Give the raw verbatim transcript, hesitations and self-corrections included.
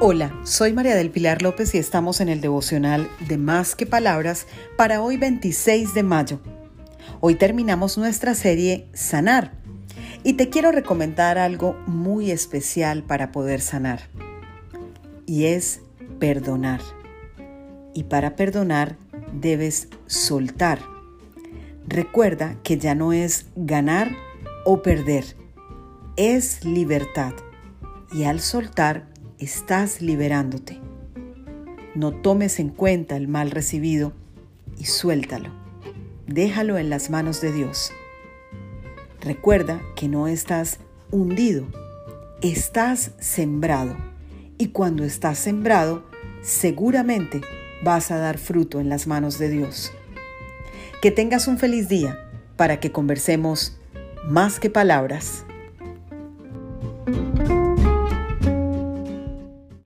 Hola, soy María del Pilar López y estamos en el devocional de Más que Palabras para hoy veintiséis de mayo. Hoy terminamos nuestra serie Sanar y te quiero recomendar algo muy especial para poder sanar y es perdonar. Y para perdonar debes soltar. Recuerda que ya no es ganar o perder, es libertad y al soltar estás liberándote. No tomes en cuenta el mal recibido y suéltalo. Déjalo en las manos de Dios. Recuerda que no estás hundido, estás sembrado. Y cuando estás sembrado, seguramente vas a dar fruto en las manos de Dios. Que tengas un feliz día para que conversemos más que palabras.